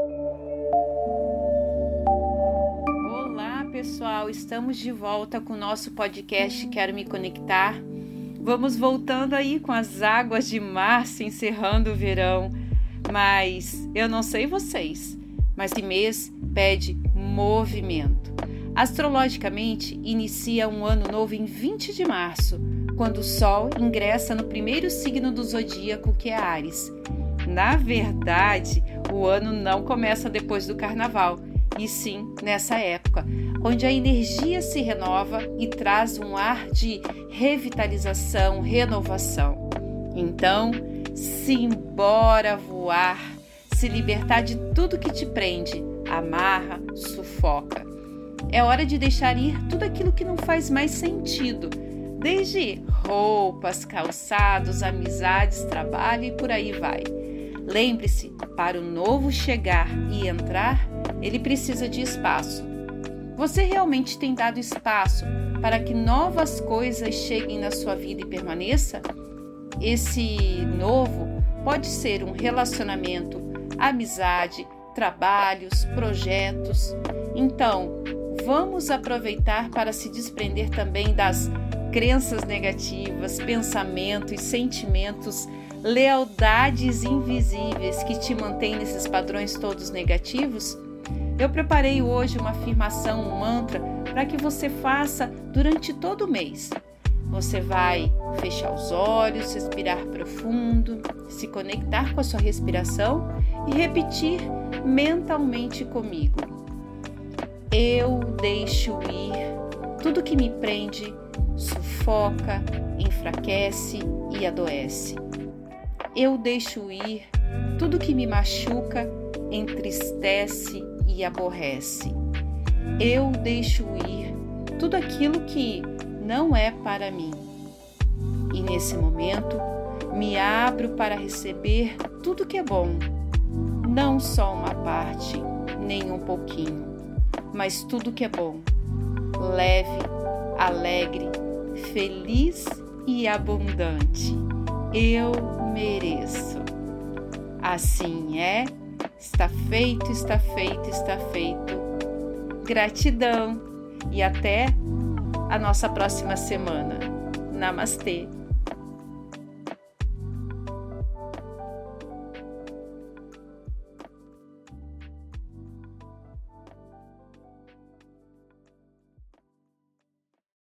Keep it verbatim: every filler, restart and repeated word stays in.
Olá, pessoal, estamos de volta com o nosso podcast Quero Me Conectar. Vamos voltando aí com as águas de março, encerrando o verão. Mas eu não sei vocês, mas esse mês pede movimento. Astrologicamente, inicia um ano novo em vinte de março, quando o Sol ingressa no primeiro signo do zodíaco, que é Áries. Na verdade, o ano não começa depois do Carnaval, e sim nessa época, onde a energia se renova e traz um ar de revitalização, renovação. Então, simbora voar, se libertar de tudo que te prende, amarra, sufoca. É hora de deixar ir tudo aquilo que não faz mais sentido, desde roupas, calçados, amizades, trabalho e por aí vai. Lembre-se, para o novo chegar e entrar, ele precisa de espaço. Você realmente tem dado espaço para que novas coisas cheguem na sua vida e permaneça? Esse novo pode ser um relacionamento, amizade, trabalhos, projetos. Então, vamos aproveitar para se desprender também das crenças negativas, pensamentos, sentimentos, lealdades invisíveis que te mantêm nesses padrões todos negativos? Eu preparei hoje uma afirmação, um mantra, para que você faça durante todo o mês. Você vai fechar os olhos, respirar profundo, se conectar com a sua respiração e repetir mentalmente comigo. Eu deixo ir tudo que me prende, sufoca, enfraquece e adoece. Eu deixo ir tudo que me machuca, entristece e aborrece. Eu deixo ir tudo aquilo que não é para mim. E nesse momento, me abro para receber tudo que é bom, não só uma parte, nem um pouquinho, mas tudo que é bom, leve, alegre, feliz e abundante. Eu mereço. Assim é, está feito, está feito, está feito. Gratidão e até a nossa próxima semana. Namastê!